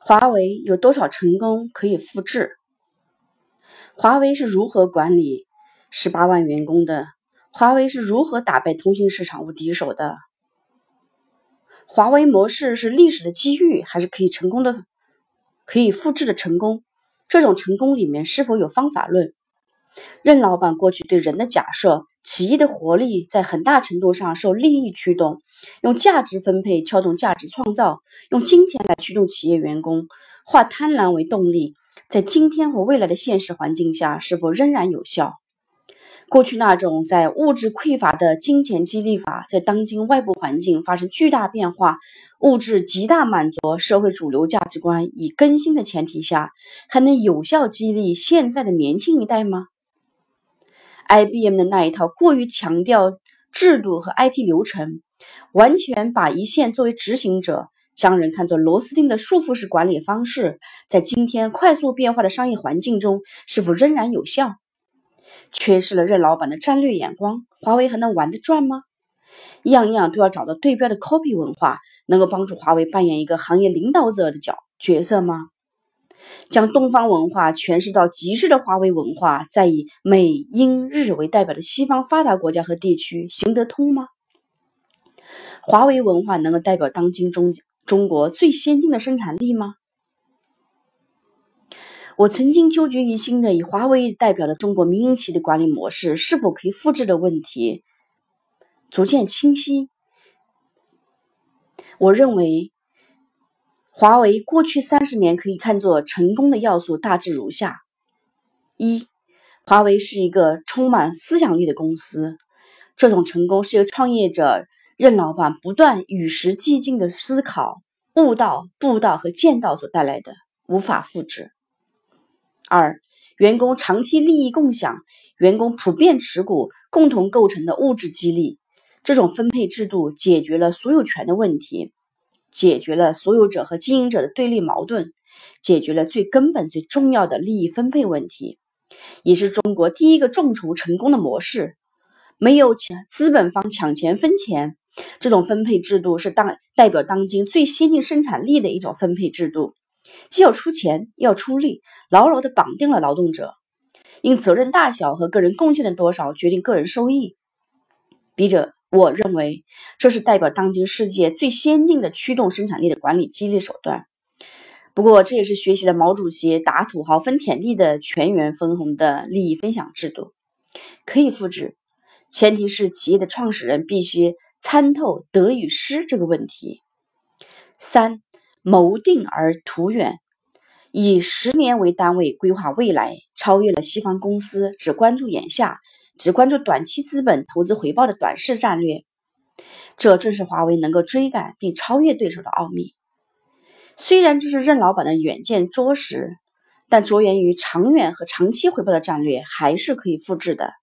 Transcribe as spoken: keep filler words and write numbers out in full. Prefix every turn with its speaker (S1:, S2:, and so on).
S1: 华为有多少成功可以复制？华为是如何管理十八万员工的？华为是如何打败通信市场无敌手的？华为模式是历史的机遇，还是可以成功的、可以复制的成功？这种成功里面是否有方法论？任老板过去对人的假设，企业的活力在很大程度上受利益驱动，用价值分配撬动价值创造，用金钱来驱动企业员工，化贪婪为动力，在今天和未来的现实环境下是否仍然有效？过去那种在物质匮乏的金钱激励法，在当今外部环境发生巨大变化，物质极大满足社会主流价值观已更新的前提下，还能有效激励现在的年轻一代吗？ I B M 的那一套过于强调制度和 I T 流程，完全把一线作为执行者，将人看作螺丝钉的束缚式管理方式，在今天快速变化的商业环境中是否仍然有效？缺失了任老板的战略眼光，华为还能玩得转吗？样样都要找到对标的 copy 文化，能够帮助华为扮演一个行业领导者的角角色吗？将东方文化诠释到极致的华为文化，再以美英日为代表的西方发达国家和地区行得通吗？华为文化能够代表当今中中国最先进的生产力吗？我曾经纠结于心的以华为代表的中国民营企业的管理模式是否可以复制的问题逐渐清晰。我认为华为过去三十年可以看作成功的要素大致如下：一、华为是一个充满思想力的公司，这种成功是由创业者任老板不断与时俱进的思考、悟道、布道和见道所带来的，无法复制。二、员工长期利益共享，员工普遍持股共同构成的物质激励，这种分配制度解决了所有权的问题，解决了所有者和经营者的对立矛盾，解决了最根本最重要的利益分配问题，也是中国第一个众筹成功的模式。没有资本方抢钱分钱，这种分配制度是当代表当今最先进生产力的一种分配制度，既要出钱又要出力，牢牢地绑定了劳动者，因责任大小和个人贡献的多少决定个人收益。笔者我认为这是代表当今世界最先进的驱动生产力的管理激励手段。不过这也是学习了毛主席打土豪分田地的全员分红的利益分享制度，可以复制，前提是企业的创始人必须参透得与失这个问题。三、谋定而图远，以十年为单位规划未来，超越了西方公司只关注眼下，只关注短期资本投资回报的短视战略。这正是华为能够追赶并超越对手的奥秘。虽然这是任老板的远见卓识，但着眼于长远和长期回报的战略还是可以复制的。